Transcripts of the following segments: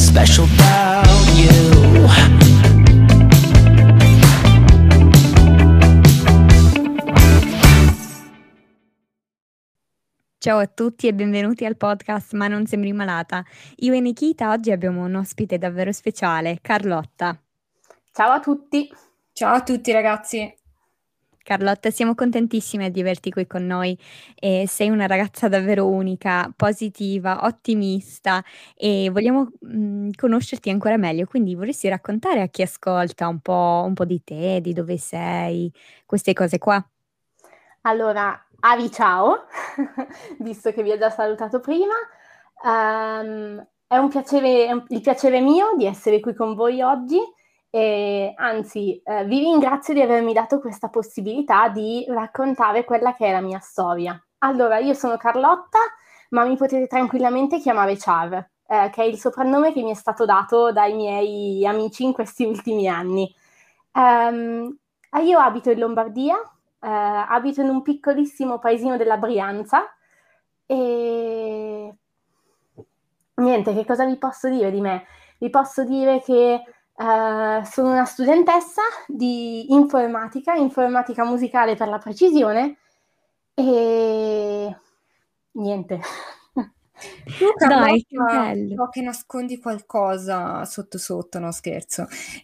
special about you. Ciao a tutti e benvenuti al podcast Ma non sembri malata. Io e Nikita oggi abbiamo un ospite davvero speciale, Carlotta. Ciao a tutti. Ciao a tutti ragazzi. Carlotta, siamo contentissime di averti qui con noi. Sei una ragazza davvero unica, positiva, ottimista e vogliamo conoscerti ancora meglio, quindi vorresti raccontare a chi ascolta un po' di te, di dove sei, queste cose qua? Allora, Avi, ciao, visto che vi ho già salutato prima. È un piacere, il piacere mio di essere qui con voi oggi e anzi vi ringrazio di avermi dato questa possibilità di raccontare quella che è la mia storia. Allora, io sono Carlotta, ma mi potete tranquillamente chiamare Char, che è il soprannome che mi è stato dato dai miei amici in questi ultimi anni. Io abito in Lombardia. Abito in un piccolissimo paesino della Brianza e niente, che cosa vi posso dire di me? Vi posso dire che sono una studentessa di informatica musicale per la precisione e niente. Tu Dai, che Carlotta, bello. so che nascondi qualcosa sotto sotto, no scherzo.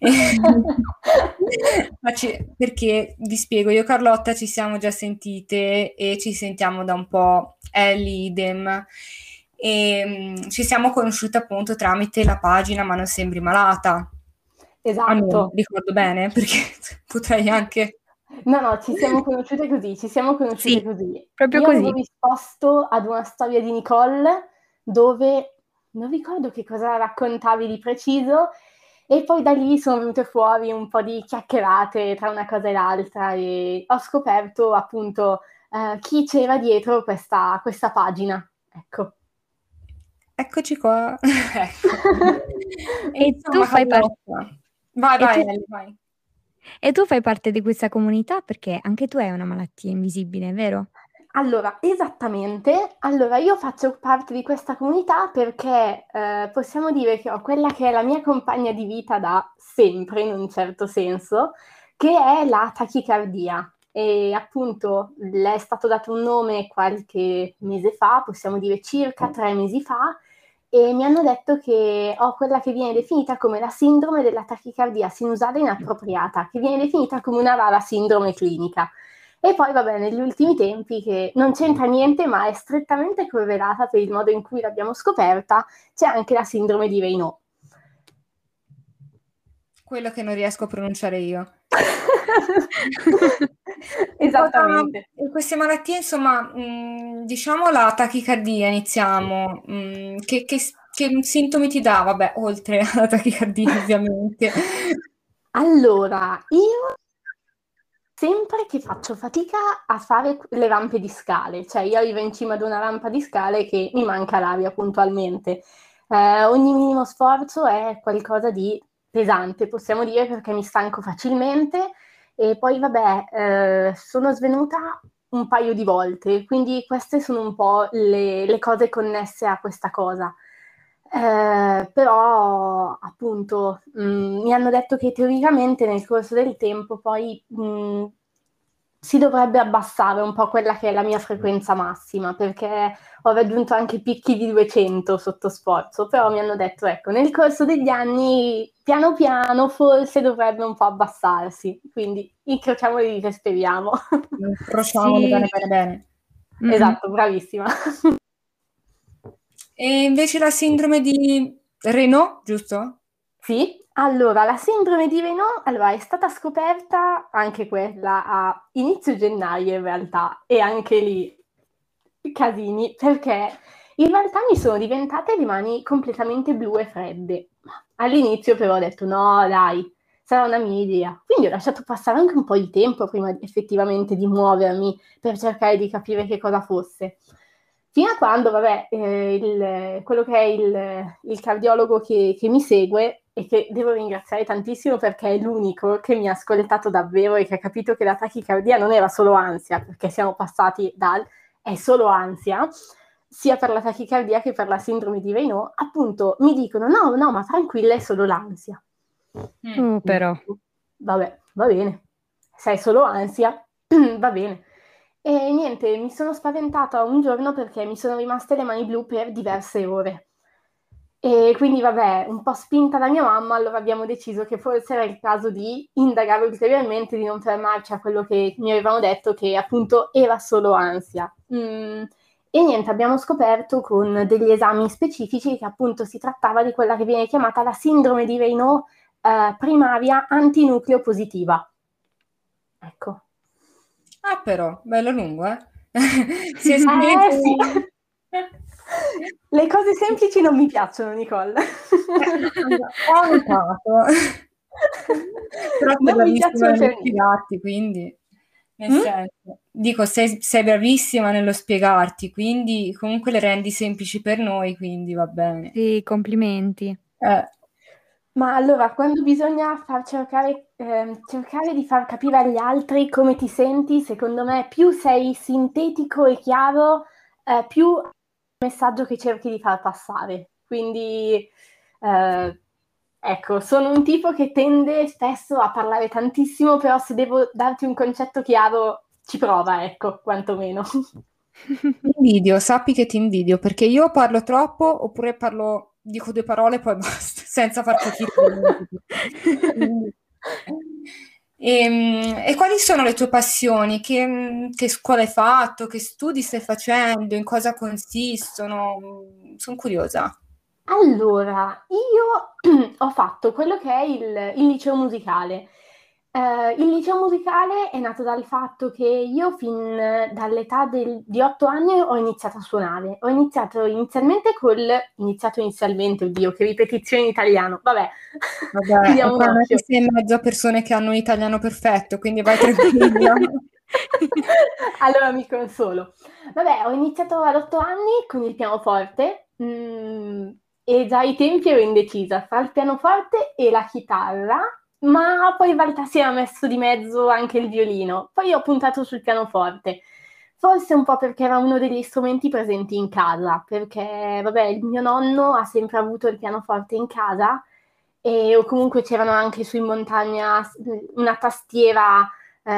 Perché vi spiego, io e Carlotta ci siamo già sentite e ci sentiamo da un po', è l'idem. E ci siamo conosciute appunto tramite la pagina Ma non sembri malata. Esatto. Ricordo bene perché potrei anche... No, ci siamo conosciute così, Sì, così. proprio Io così. avevo risposto ad una storia di Nicole dove non ricordo che cosa raccontavi di preciso e poi da lì sono venute fuori un po' di chiacchierate tra una cosa e l'altra e ho scoperto appunto chi c'era dietro questa pagina, ecco. Eccoci qua. Ecco. E Insomma, tu fai parte... Carlotta. Vai, E tu... Ellie, vai. E tu fai parte di questa comunità perché anche tu hai una malattia invisibile, vero? Allora, esattamente. Allora, io faccio parte di questa comunità perché possiamo dire che ho quella che è la mia compagna di vita da sempre, in un certo senso, che è la tachicardia. E appunto le è stato dato un nome qualche mese fa, possiamo dire circa 3 mesi fa, e mi hanno detto che ho quella che viene definita come la sindrome della tachicardia sinusale inappropriata, che viene definita come una rara sindrome clinica. E poi, vabbè, negli ultimi tempi, che non c'entra niente, ma è strettamente correlata per il modo in cui l'abbiamo scoperta, c'è anche la sindrome di Raynaud. Quello che non riesco a pronunciare io. Esattamente. Queste malattie, insomma, diciamo la tachicardia, iniziamo. Che sintomi ti dà? Vabbè, oltre alla tachicardia, ovviamente. Allora, io sempre che faccio fatica a fare le rampe di scale, cioè io arrivo in cima ad una rampa di scale che mi manca l'aria puntualmente. Ogni minimo sforzo è qualcosa di pesante, possiamo dire, perché mi stanco facilmente e poi vabbè, sono svenuta un paio di volte, quindi queste sono un po' le cose connesse a questa cosa. Però appunto mi hanno detto che teoricamente nel corso del tempo poi si dovrebbe abbassare un po' quella che è la mia frequenza massima, perché ho raggiunto anche picchi di 200 sotto sforzo, però mi hanno detto ecco, nel corso degli anni piano piano forse dovrebbe un po' abbassarsi, quindi incrociamo le dita e speriamo. Incrociamolo Sì. bene, bene, bene. Mm-mm. Esatto, bravissima. E invece la sindrome di Raynaud, giusto? Sì, allora la sindrome di Raynaud è stata scoperta anche quella a inizio gennaio in realtà e anche lì casini perché in realtà mi sono diventate le mani completamente blu e fredde. All'inizio però ho detto no dai, sarà una mia idea. Quindi ho lasciato passare anche un po' di tempo prima effettivamente di muovermi per cercare di capire che cosa fosse. Fino a quando, vabbè, quello che è il cardiologo che mi segue e che devo ringraziare tantissimo perché è l'unico che mi ha ascoltato davvero e che ha capito che la tachicardia non era solo ansia, perché siamo passati dal è solo ansia, sia per la tachicardia che per la sindrome di Raynaud, appunto mi dicono no, ma tranquilla, è solo l'ansia. Però. Vabbè, va bene, se è solo ansia, va bene. E niente, mi sono spaventata un giorno perché mi sono rimaste le mani blu per diverse ore. E quindi vabbè, un po' spinta da mia mamma, allora abbiamo deciso che forse era il caso di indagare ulteriormente, di non fermarci a quello che mi avevano detto, che appunto era solo ansia. E niente, abbiamo scoperto con degli esami specifici che appunto si trattava di quella che viene chiamata la sindrome di Raynaud primaria antinucleo positiva. Ecco. Ah, però, bello lungo, eh? Si è scritto... Sì. Le cose semplici non mi piacciono, Nicole. Ho notato. Però sei Non mi bravissima piacciono nello per niente. spiegarti, quindi... Nel senso, dico, sei bravissima nello spiegarti, quindi comunque le rendi semplici per noi, quindi va bene. Sì, complimenti. Ma allora, quando bisogna cercare di far capire agli altri come ti senti, secondo me più sei sintetico e chiaro, più è il messaggio che cerchi di far passare. Quindi, ecco, sono un tipo che tende spesso a parlare tantissimo, però se devo darti un concetto chiaro, ci prova, ecco, quantomeno. Sappi che ti invidio, perché io parlo troppo, oppure dico 2 parole e poi basta, senza far capire. E quali sono le tue passioni? Che scuola hai fatto? Che studi stai facendo? In cosa consistono? Sono curiosa. Allora, io ho fatto quello che è il liceo musicale. Il liceo musicale è nato dal fatto che io fin dall'età di 8 anni ho iniziato a suonare. Ho iniziato inizialmente, oddio, che ripetizione in italiano, vabbè, Vabbè, diamo un qua non è che occhio. sei in mezzo a persone che hanno un italiano perfetto, quindi vai tranquilla. Allora mi consolo. Vabbè, ho iniziato ad 8 anni con il pianoforte e già ai tempi ero indecisa fra il pianoforte e la chitarra, ma poi in realtà si era messo di mezzo anche il violino. Poi ho puntato sul pianoforte. Forse un po' perché era uno degli strumenti presenti in casa, perché vabbè, il mio nonno ha sempre avuto il pianoforte in casa o comunque c'erano anche su in montagna una tastiera,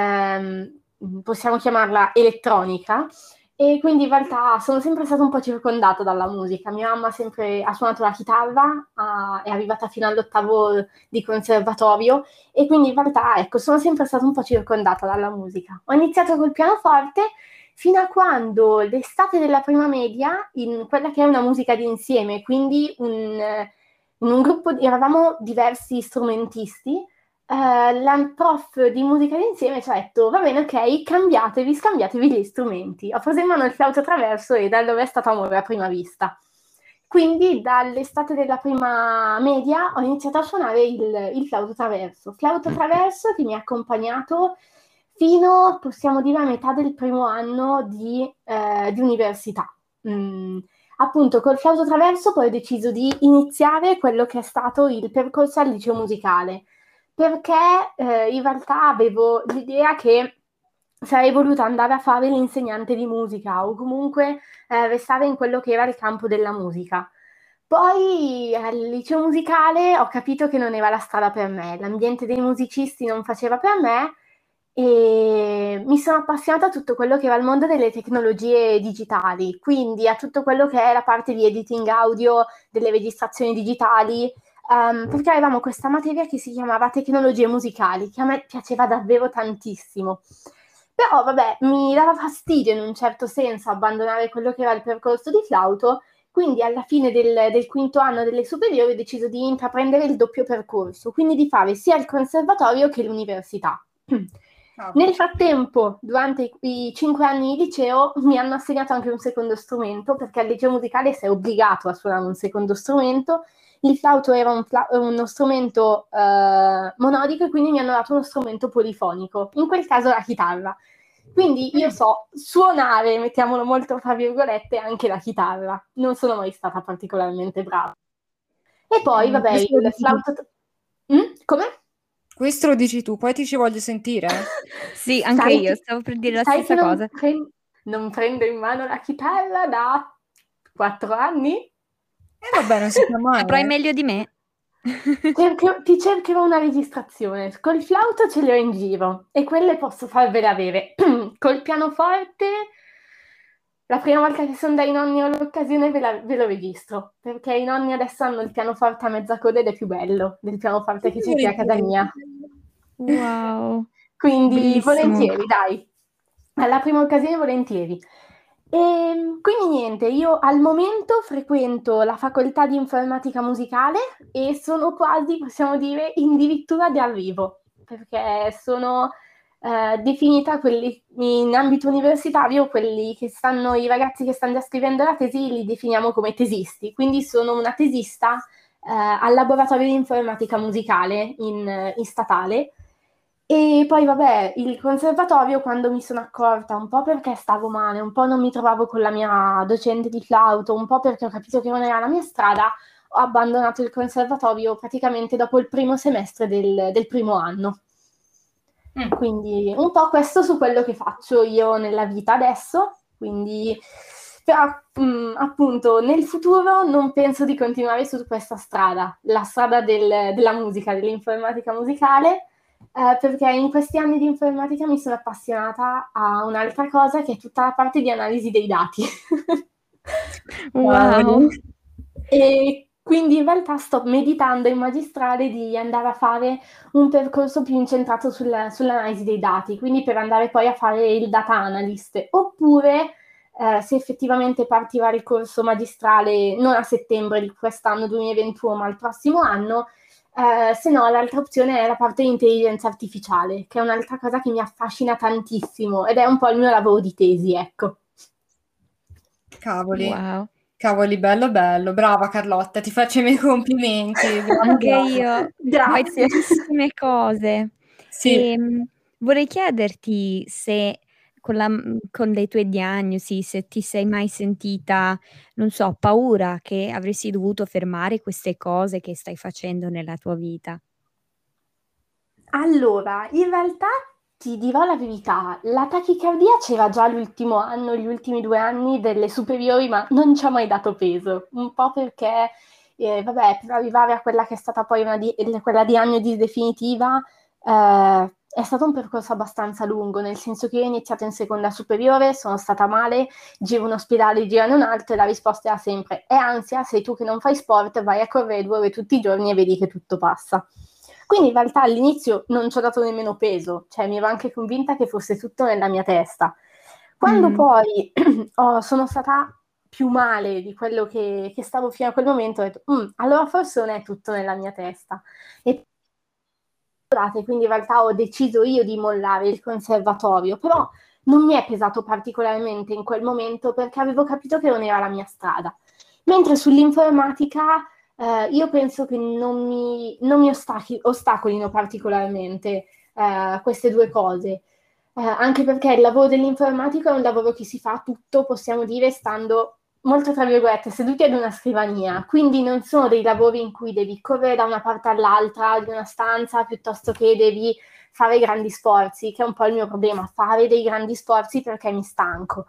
possiamo chiamarla elettronica, e quindi in realtà sono sempre stata un po' circondata dalla musica. Mia mamma ha suonato la chitarra, è arrivata fino all'8º di conservatorio e quindi in realtà, ecco, sono sempre stata un po' circondata dalla musica. Ho iniziato col pianoforte fino a quando l'estate della prima media, in quella che è una musica d'insieme, quindi in un gruppo eravamo diversi strumentisti, la prof di musica d'insieme ci ha detto va bene, ok, scambiatevi gli strumenti. Ho preso in mano il flauto traverso e da allora è stato amore a prima vista. Quindi dall'estate della prima media ho iniziato a suonare il flauto traverso che mi ha accompagnato fino, possiamo dire, a metà del primo anno di università. Appunto, col flauto traverso poi ho deciso di iniziare quello che è stato il percorso al liceo musicale, perché in realtà avevo l'idea che sarei voluta andare a fare l'insegnante di musica o comunque restare in quello che era il campo della musica. Poi al liceo musicale ho capito che non era la strada per me, l'ambiente dei musicisti non faceva per me e mi sono appassionata a tutto quello che era il mondo delle tecnologie digitali, quindi a tutto quello che è la parte di editing audio, delle registrazioni digitali, perché avevamo questa materia che si chiamava tecnologie musicali, che a me piaceva davvero tantissimo. Però vabbè, mi dava fastidio in un certo senso abbandonare quello che era il percorso di flauto, quindi alla fine del quinto anno delle superiori ho deciso di intraprendere il doppio percorso, quindi di fare sia il conservatorio che l'università. Nel frattempo, durante i 5 anni di liceo, mi hanno assegnato anche un secondo strumento, perché al liceo musicale sei obbligato a suonare un secondo strumento. Il flauto era uno strumento monodico e quindi mi hanno dato uno strumento polifonico, in quel caso la chitarra. Quindi io so suonare, mettiamolo molto fra virgolette, anche la chitarra. Non sono mai stata particolarmente brava. E poi, vabbè, il flauto... Come? Questo lo dici tu, poi ti ci voglio sentire. Sì, anche io, stavo per dire la stessa cosa. Non prendo in mano la chitarra da 4 anni. E vabbè, non si fa male. Saprai meglio di me. Ti cercherò una registrazione. Col flauto ce le ho in giro e quelle posso farvele avere. Col pianoforte, la prima volta che sono dai nonni ho l'occasione ve lo registro, perché i nonni adesso hanno il pianoforte a mezza coda ed è più bello del pianoforte che c'è qui a casa mia. Wow. Quindi Bellissimo. volentieri, dai, alla prima occasione volentieri. E quindi niente, io al momento frequento la facoltà di informatica musicale e sono quasi, possiamo dire, addirittura di arrivo, perché sono definita quelli in ambito universitario, quelli che stanno, i ragazzi che stanno già scrivendo la tesi, li definiamo come tesisti, quindi sono una tesista al laboratorio di informatica musicale in statale. E poi vabbè, il conservatorio quando mi sono accorta, un po' perché stavo male, un po' non mi trovavo con la mia docente di flauto, un po' perché ho capito che non era la mia strada, ho abbandonato il conservatorio praticamente dopo il primo semestre del primo anno. Quindi un po' questo su quello che faccio io nella vita adesso, quindi però appunto nel futuro non penso di continuare su questa strada, la strada della musica, dell'informatica musicale, perché in questi anni di informatica mi sono appassionata a un'altra cosa che è tutta la parte di analisi dei dati. Wow. E quindi in realtà sto meditando in magistrale di andare a fare un percorso più incentrato sull'analisi dei dati, quindi per andare poi a fare il data analyst, oppure se effettivamente partirà il corso magistrale non a settembre di quest'anno 2021 ma il prossimo anno, se no l'altra opzione è la parte di intelligenza artificiale, che è un'altra cosa che mi affascina tantissimo ed è un po' il mio lavoro di tesi, ecco. Cavoli. Wow. Cavoli, bello bello, brava Carlotta, ti faccio i miei complimenti. Anche io. Fai Grazie. tantissime cose. Sì. Vorrei chiederti se con le tue diagnosi, se ti sei mai sentita, non so, paura che avresti dovuto fermare queste cose che stai facendo nella tua vita. Allora, in realtà ti dirò la verità, la tachicardia c'era già l'ultimo anno, gli ultimi 2 anni delle superiori, ma non ci ho mai dato peso, un po' perché, vabbè, per arrivare a quella che è stata poi quella diagnosi definitiva, è stato un percorso abbastanza lungo, nel senso che io ho iniziato in seconda superiore, sono stata male, giro un ospedale, giro in un altro e la risposta era sempre: è ansia, sei tu che non fai sport, vai a correre 2 ore tutti i giorni e vedi che tutto passa. Quindi in realtà all'inizio non ci ho dato nemmeno peso, cioè mi ero anche convinta che fosse tutto nella mia testa. Quando poi sono stata più male di quello che stavo fino a quel momento, ho detto, allora forse non è tutto nella mia testa. E quindi in realtà ho deciso io di mollare il conservatorio, però non mi è pesato particolarmente in quel momento perché avevo capito che non era la mia strada. Mentre sull'informatica io penso che non mi ostacolino particolarmente queste due cose, anche perché il lavoro dell'informatico è un lavoro che si fa tutto, possiamo dire, stando molto, tra virgolette, seduti ad una scrivania, quindi non sono dei lavori in cui devi correre da una parte all'altra di una stanza, piuttosto che devi fare grandi sforzi, che è un po' il mio problema, fare dei grandi sforzi perché mi stanco.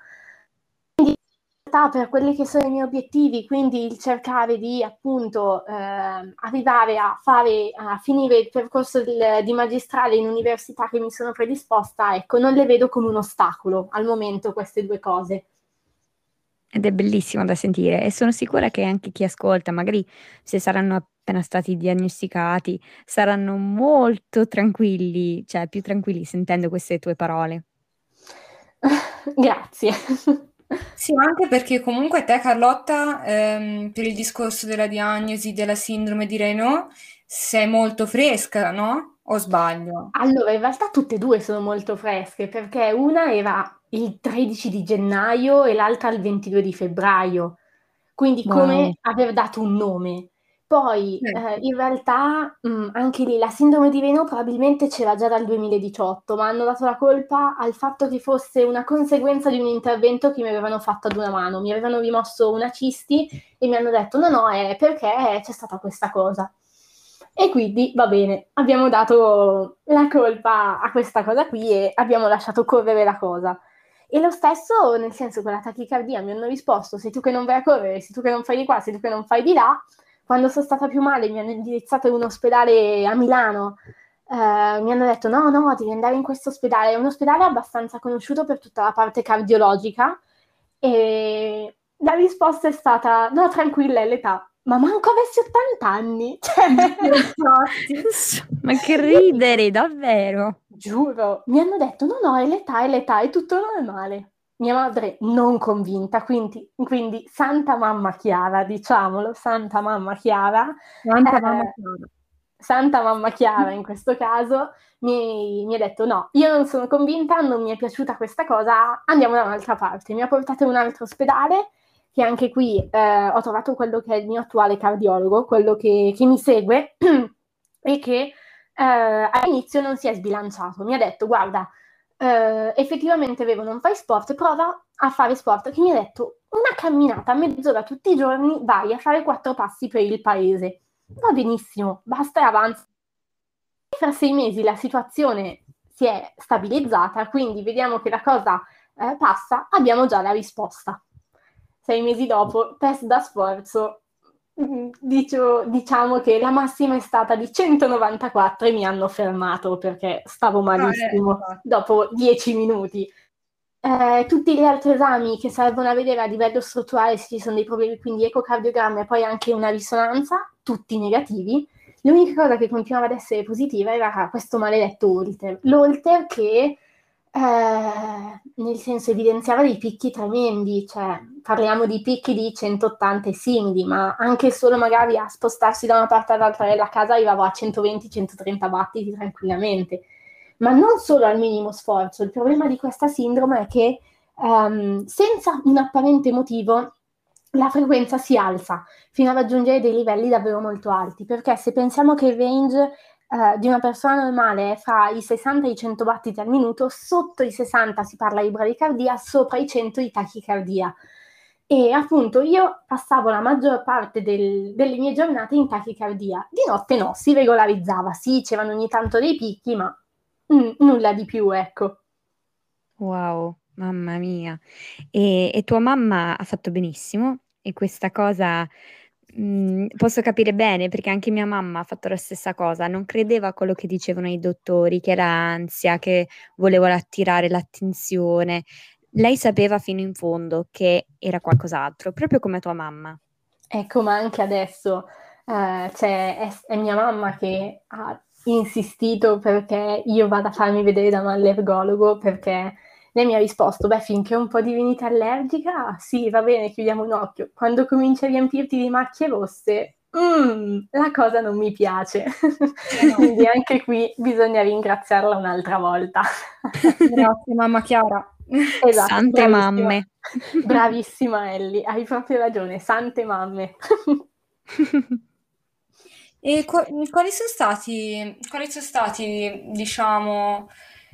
Per quelli che sono i miei obiettivi, quindi il cercare di appunto arrivare a finire il percorso di magistrale in università che mi sono predisposta, ecco, non le vedo come un ostacolo al momento queste due cose. Ed è bellissimo da sentire e sono sicura che anche chi ascolta, magari se saranno appena stati diagnosticati, saranno molto tranquilli, cioè più tranquilli sentendo queste tue parole. Grazie. Sì, anche perché comunque te, Carlotta, per il discorso della diagnosi della sindrome di Raynaud, sei molto fresca, no? O sbaglio? Allora, in realtà tutte e due sono molto fresche, perché una era il 13 di gennaio e l'altra il 22 di febbraio, quindi come Wow. aver dato un nome. Poi, in realtà, anche lì la sindrome di Raynaud probabilmente c'era già dal 2018, ma hanno dato la colpa al fatto che fosse una conseguenza di un intervento che mi avevano fatto ad una mano. Mi avevano rimosso una cisti e mi hanno detto no, è perché c'è stata questa cosa. E quindi va bene, abbiamo dato la colpa a questa cosa qui e abbiamo lasciato correre la cosa. E lo stesso, nel senso, con la tachicardia mi hanno risposto: sei tu che non vai a correre, sei tu che non fai di qua, sei tu che non fai di là. Quando sono stata più male mi hanno indirizzato in un ospedale a Milano. Mi hanno detto no, devi andare in questo ospedale. È un ospedale abbastanza conosciuto per tutta la parte cardiologica. E la risposta è stata: no, tranquilla, è l'età. Ma manco avessi 80 anni. Cioè, infatti. Ma che ridere, davvero. Giuro, mi hanno detto no, è l'età, è tutto normale. Mia madre non convinta, quindi Santa Mamma Chiara, diciamolo, Santa Mamma Chiara, Santa eh, mamma Chiara. Santa Mamma Chiara in questo caso mi ha detto no, io non sono convinta, non mi è piaciuta questa cosa, andiamo da un'altra parte. Mi ha portato in un altro ospedale, che anche qui ho trovato quello che è il mio attuale cardiologo, quello che mi segue e che all'inizio non si è sbilanciato. Mi ha detto guarda, effettivamente Vevo non fai sport, prova a fare sport. Che mi ha detto una camminata mezz'ora tutti i giorni, vai a fare 4 passi per il paese. Va benissimo, basta e avanza. Fra 6 mesi la situazione si è stabilizzata, quindi vediamo che la cosa passa, abbiamo già la risposta. 6 mesi dopo, test da sforzo, diciamo che la massima è stata di 194 e mi hanno fermato perché stavo malissimo dopo 10 minuti. Tutti gli altri esami che servono a vedere a livello strutturale se ci sono dei problemi, quindi ecocardiogramma e poi anche una risonanza, tutti negativi. L'unica cosa che continuava ad essere positiva era questo maledetto Holter. L'Holter che, nel senso, evidenziava dei picchi tremendi, cioè parliamo di picchi di 180 e simili, ma anche solo magari a spostarsi da una parte all'altra della casa arrivavo a 120-130 battiti tranquillamente. Ma non solo al minimo sforzo, il problema di questa sindrome è che senza un apparente motivo la frequenza si alza fino ad raggiungere dei livelli davvero molto alti, perché se pensiamo che il range di una persona normale è fra i 60 e i 100 battiti al minuto, sotto i 60 si parla di bradicardia, sopra i 100 di tachicardia. E appunto io passavo la maggior parte delle mie giornate in tachicardia. Di notte no, si regolarizzava, sì, c'erano ogni tanto dei picchi, ma nulla di più, ecco. Wow, mamma mia. E tua mamma ha fatto benissimo e questa cosa posso capire bene perché anche mia mamma ha fatto la stessa cosa, non credeva a quello che dicevano i dottori, che era ansia, che volevo attirare l'attenzione. Lei sapeva fino in fondo che era qualcos'altro, proprio come tua mamma. Ecco, ma anche adesso è mia mamma che ha insistito perché io vada a farmi vedere da un allergologo, perché lei mi ha risposto, beh, finché un po' di rinite allergica, sì, va bene, chiudiamo un occhio. Quando cominci a riempirti di macchie rosse, la cosa non mi piace. Quindi anche qui bisogna ringraziarla un'altra volta. Grazie, mamma Chiara. Esatto, Sante bravissima. mamme. Bravissima Ellie, hai proprio ragione, sante mamme. E quali sono stati, diciamo,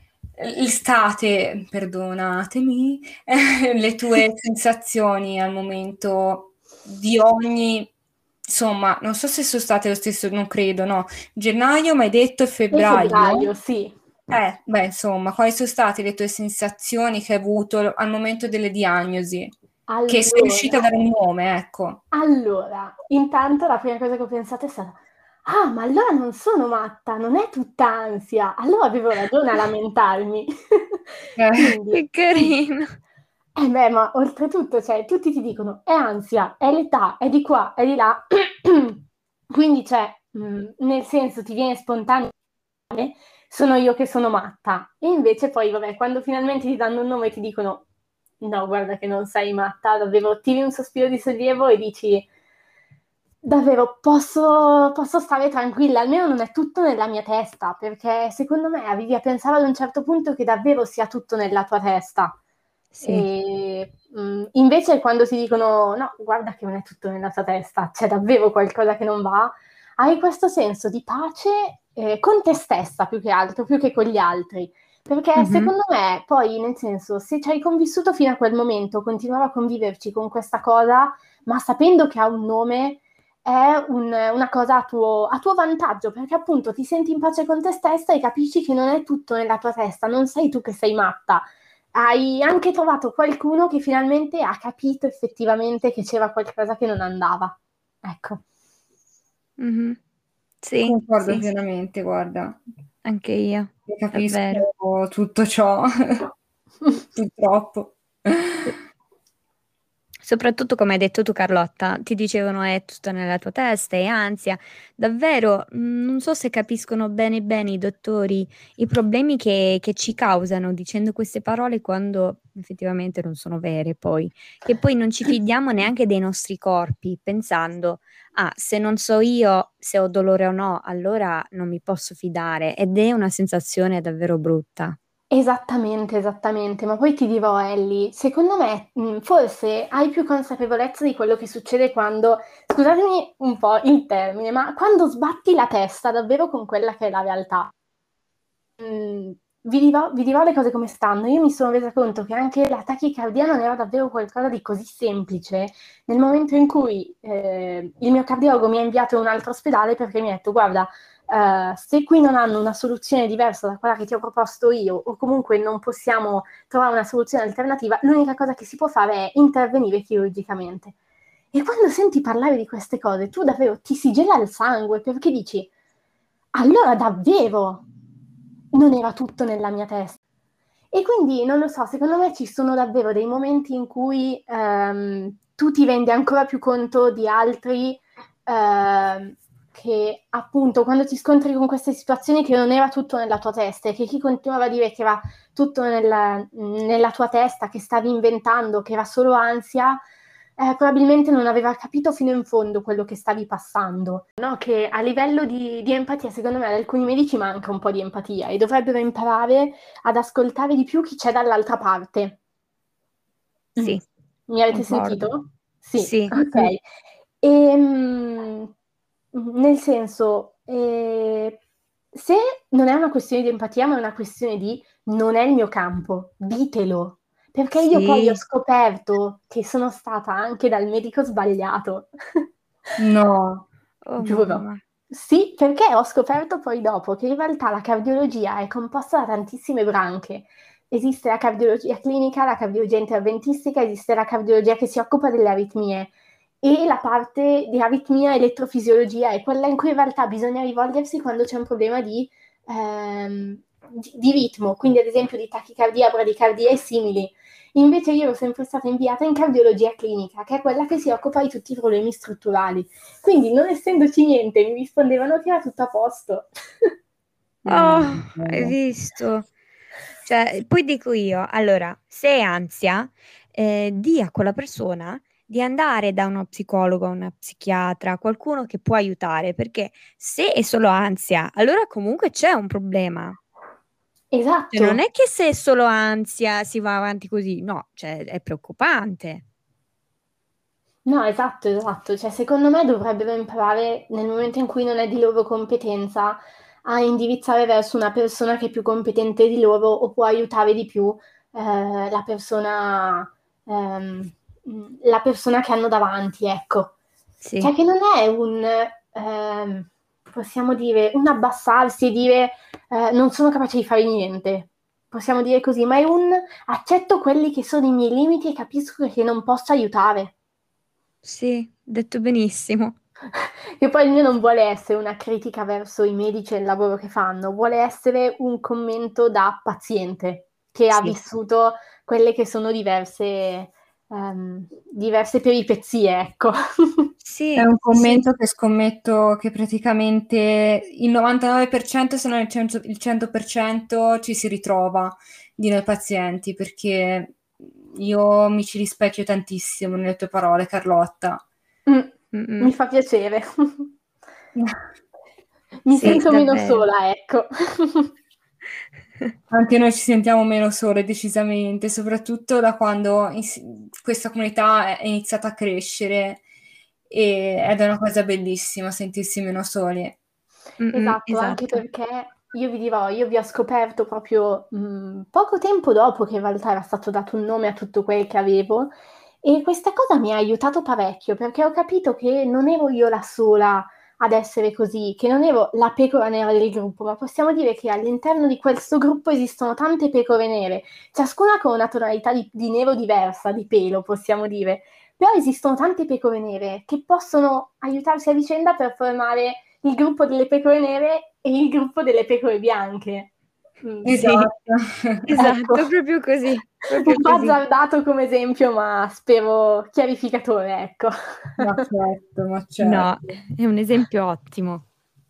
perdonatemi, le tue sensazioni al momento di ogni, insomma, non so se sono state lo stesso, non credo, no? Gennaio, mi hai detto, e E febbraio? febbraio, sì. Beh, insomma, quali sono state le tue sensazioni che hai avuto al momento delle diagnosi? Che sei riuscita a dare un nome, ecco. Allora, intanto la prima cosa che ho pensato è stata: ah, ma allora non sono matta, non è tutta ansia, allora avevo ragione a lamentarmi. Quindi, Che carino. beh, ma oltretutto, cioè, tutti ti dicono, è ansia, è l'età, è di qua, è di là. Quindi, cioè, nel senso, ti viene spontaneo, sono io che sono matta. E invece poi, vabbè, quando finalmente ti danno un nome e ti dicono, no, guarda che non sei matta, davvero tiri un sospiro di sollievo e dici, davvero posso stare tranquilla, almeno non è tutto nella mia testa, perché secondo me arrivi a pensare ad un certo punto che davvero sia tutto nella tua testa. Sì. E invece quando ti dicono no, guarda che non è tutto nella tua testa, c'è davvero qualcosa che non va, hai questo senso di pace con te stessa più che altro, più che con gli altri. Perché secondo me, poi, nel senso, se ci hai convissuto fino a quel momento, continuare a conviverci con questa cosa, ma sapendo che ha un nome, è una cosa a tuo vantaggio, perché appunto ti senti in pace con te stessa e capisci che non è tutto nella tua testa, non sei tu che sei matta, hai anche trovato qualcuno che finalmente ha capito effettivamente che c'era qualcosa che non andava. Ecco. Mhm. Sì, Concordo sì, pienamente, guarda, anche io, io davvero. capisco tutto ciò, purtroppo. Soprattutto come hai detto tu Carlotta, ti dicevano è tutto nella tua testa, è ansia. Davvero, non so se capiscono bene i dottori i problemi che ci causano dicendo queste parole quando effettivamente non sono vere poi. Che poi non ci fidiamo neanche dei nostri corpi, pensando, ah, se non so io se ho dolore o no, allora non mi posso fidare. Ed è una sensazione davvero brutta. Esattamente, esattamente, ma poi ti dirò, Ellie, secondo me forse hai più consapevolezza di quello che succede quando, scusatemi un po' il termine, ma quando sbatti la testa davvero con quella che è la realtà. Vi dirò le cose come stanno. Io mi sono resa conto che anche la tachicardia non era davvero qualcosa di così semplice nel momento in cui il mio cardiologo mi ha inviato in un altro ospedale perché mi ha detto: guarda, se qui non hanno una soluzione diversa da quella che ti ho proposto io, o comunque non possiamo trovare una soluzione alternativa, l'unica cosa che si può fare è intervenire chirurgicamente. E quando senti parlare di queste cose, tu davvero ti si gela il sangue perché dici: allora davvero non era tutto nella mia testa. E quindi non lo so, secondo me ci sono davvero dei momenti in cui tu ti rendi ancora più conto di altri che appunto quando ti scontri con queste situazioni che non era tutto nella tua testa e che chi continuava a dire che era tutto nella tua testa, che stavi inventando, che era solo ansia, probabilmente non aveva capito fino in fondo quello che stavi passando, no? Che a livello di empatia, secondo me, ad alcuni medici manca un po' di empatia e dovrebbero imparare ad ascoltare di più chi c'è dall'altra parte. Sì, Mi avete concordo. sentito? Sì, Sì. ok. E, nel senso, se non è una questione di empatia, ma è una questione di non è il mio campo, ditelo. Perché io poi ho Sì, scoperto che sono stata anche dal medico sbagliato. No, oh Giuro. mamma. Sì, perché ho scoperto poi dopo che in realtà la cardiologia è composta da tantissime branche. Esiste la cardiologia clinica, la cardiologia interventistica, esiste la cardiologia che si occupa delle aritmie e la parte di aritmia elettrofisiologia è quella in cui in realtà bisogna rivolgersi quando c'è un problema di ritmo, quindi ad esempio di tachicardia, bradicardia e simili. Invece io ero sempre stata inviata in cardiologia clinica, che è quella che si occupa di tutti i problemi strutturali. Quindi, non essendoci niente, mi rispondevano che era tutto a posto. Oh, hai no. visto? Cioè, poi dico io, allora, se hai ansia, di a quella persona di andare da uno psicologo, una psichiatra, qualcuno che può aiutare, perché se è solo ansia, allora comunque c'è un problema. Cioè, non Esatto. è che se è solo ansia si va avanti così, no, cioè, è preoccupante. No, esatto, esatto. Cioè, secondo me dovrebbero imparare, nel momento in cui non è di loro competenza, a indirizzare verso una persona che è più competente di loro o può aiutare di più la ehm, la persona che hanno davanti, ecco. Sì, Cioè che non è possiamo dire, un abbassarsi e dire non sono capace di fare niente, possiamo dire così, ma è un accetto quelli che sono i miei limiti e capisco che non posso aiutare. sì, detto benissimo. Che poi il mio non vuole essere una critica verso i medici e il lavoro che fanno, vuole essere un commento da paziente che ha Sì, vissuto quelle che sono diverse peripezie, ecco. È sì, un sì. commento che scommetto che praticamente il 99%, se non il 100%, ci si ritrova di noi pazienti, perché io mi ci rispecchio tantissimo nelle tue parole, Carlotta. Mm, Mm-mm. mi fa piacere. Mi Sì, sento meno davvero. sola, ecco. Anche noi ci sentiamo meno sole, decisamente, soprattutto da quando questa comunità è iniziata a crescere ed è una cosa bellissima sentirsi meno soli. Mm-mm, Esatto, anche esatto. perché io vi dirò, io vi ho scoperto proprio poco tempo dopo che in realtà era stato dato un nome a tutto quel che avevo e questa cosa mi ha aiutato parecchio perché ho capito che non ero io la sola ad essere così, che non ero la pecora nera del gruppo, ma possiamo dire che all'interno di questo gruppo esistono tante pecore nere, ciascuna con una tonalità di nero diversa, di pelo, possiamo dire. Però esistono tante pecore nere che possono aiutarsi a vicenda per formare il gruppo delle pecore nere e il gruppo delle pecore bianche. Esatto. Esatto, Ecco. proprio così. Un Proprio po' così. azzardato come esempio, ma spero chiarificatore, ecco. Ma certo, ma No, certo. è un esempio ottimo.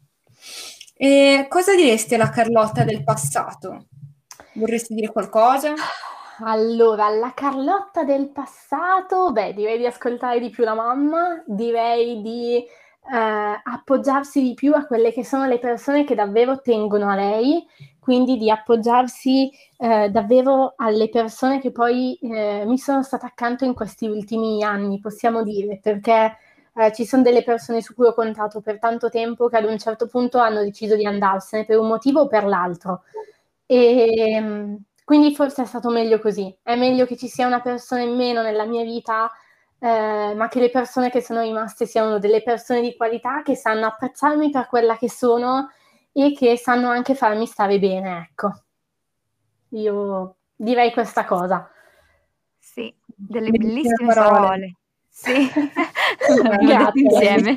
E cosa diresti alla Carlotta del passato? Vorresti dire qualcosa? Allora, la Carlotta del passato, direi di ascoltare di più la mamma, direi di appoggiarsi di più a quelle che sono le persone che davvero tengono a lei, quindi di appoggiarsi davvero alle persone che poi mi sono state accanto in questi ultimi anni, possiamo dire, perché ci sono delle persone su cui ho contato per tanto tempo che ad un certo punto hanno deciso di andarsene per un motivo o per l'altro. E quindi forse è stato meglio così. È meglio che ci sia una persona in meno nella mia vita, ma che le persone che sono rimaste siano delle persone di qualità che sanno apprezzarmi per quella che sono e che sanno anche farmi stare bene, ecco. Io direi questa cosa. Sì, delle Bellissime bellissime parole. Sì, l'abbiamo detto Grazie. insieme.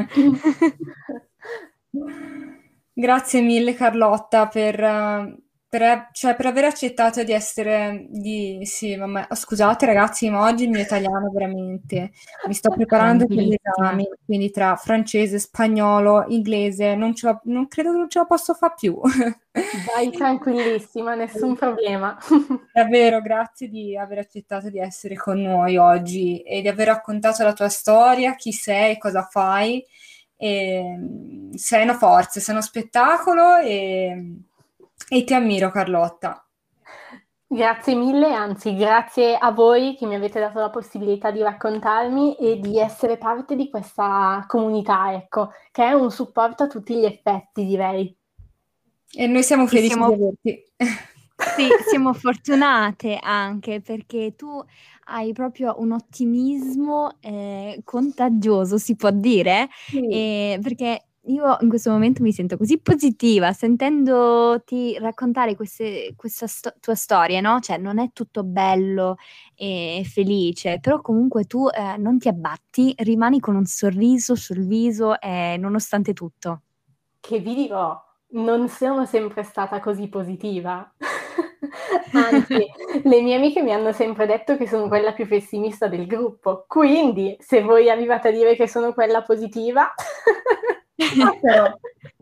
Grazie mille Carlotta per aver accettato di essere sì, vabbè, scusate ragazzi, ma oggi il mio italiano veramente mi sto preparando per gli Tranquillissima. esami, quindi tra francese, spagnolo, inglese, non credo che non ce la posso fare più. Vai tranquillissima, nessun problema. Davvero, grazie di aver accettato di essere con noi oggi e di aver raccontato la tua storia, chi sei, cosa fai. Sei una forza, sei uno spettacolo e ti ammiro, Carlotta. Grazie mille, anzi grazie a voi che mi avete dato la possibilità di raccontarmi e di essere parte di questa comunità, ecco, che è un supporto a tutti gli effetti, direi. E noi siamo felici di averti. Sì, siamo fortunate anche perché tu hai proprio un ottimismo contagioso, si può dire, Sì. perché io in questo momento mi sento così positiva sentendoti raccontare questa tua storia, no? Cioè non è tutto bello e felice, però comunque tu non ti abbatti, rimani con un sorriso sul viso nonostante tutto. Che vi dirò, non sono sempre stata così positiva. Anzi, le mie amiche mi hanno sempre detto che sono quella più pessimista del gruppo. Quindi, se voi arrivate a dire che sono quella positiva, fatelo.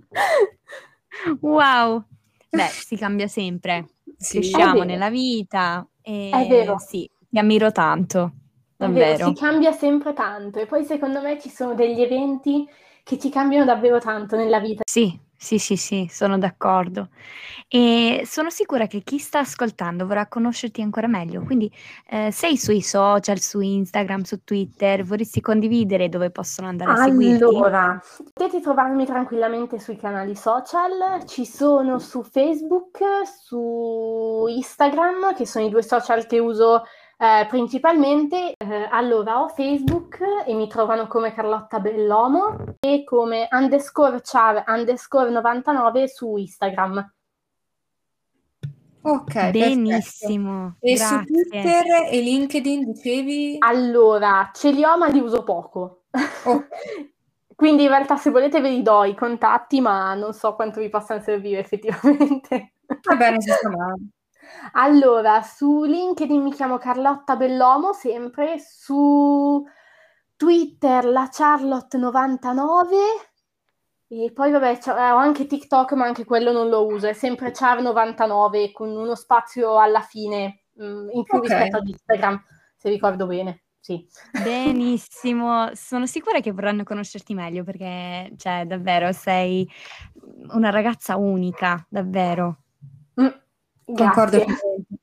Wow! Beh, si cambia sempre, Sì. cresciamo È vero. nella vita È vero. sì, ti ammiro tanto, È vero, davvero. si cambia sempre tanto e poi secondo me ci sono degli eventi che ci cambiano davvero tanto nella vita. Sì, sono d'accordo. E sono sicura che chi sta ascoltando vorrà conoscerti ancora meglio, quindi sei sui social, su Instagram, su Twitter, vorresti condividere dove possono andare a seguirti? Allora, potete trovarmi tranquillamente sui canali social, ci sono su Facebook, su Instagram, che sono i due social che uso principalmente. Allora, ho Facebook e mi trovano come Carlotta Bellomo e come _char_99 su Instagram. Ok, perfetto. Benissimo, E su grazie. Twitter e LinkedIn dicevi? Allora, ce li ho ma li uso poco. Ok. Quindi in realtà se volete ve li do i contatti, ma non so quanto vi possano servire effettivamente. Va bene, si sta male. Allora, su LinkedIn mi chiamo Carlotta Bellomo, sempre, su Twitter la Charlotte99 e poi vabbè ho anche TikTok, ma anche quello non lo uso, è sempre Char99 con uno spazio alla fine in più Ok. rispetto ad Instagram, se ricordo bene. Sì. Benissimo, sono sicura che vorranno conoscerti meglio perché, cioè, davvero sei una ragazza unica, davvero. Concordo Grazie. pienamente.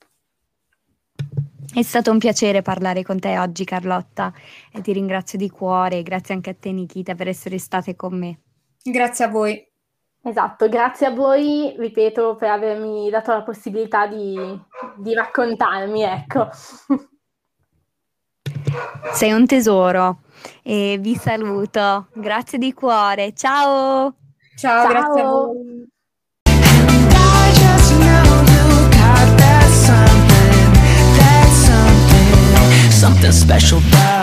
È stato un piacere parlare con te oggi, Carlotta, e ti ringrazio di cuore, grazie anche a te, Nikita, per essere state con me. Grazie a voi. Esatto, grazie a voi, ripeto, per avermi dato la possibilità di raccontarmi, ecco. Sei un tesoro e vi saluto. Grazie di cuore. Ciao! Ciao, grazie a Ciao. voi. I just know you got that something, something special about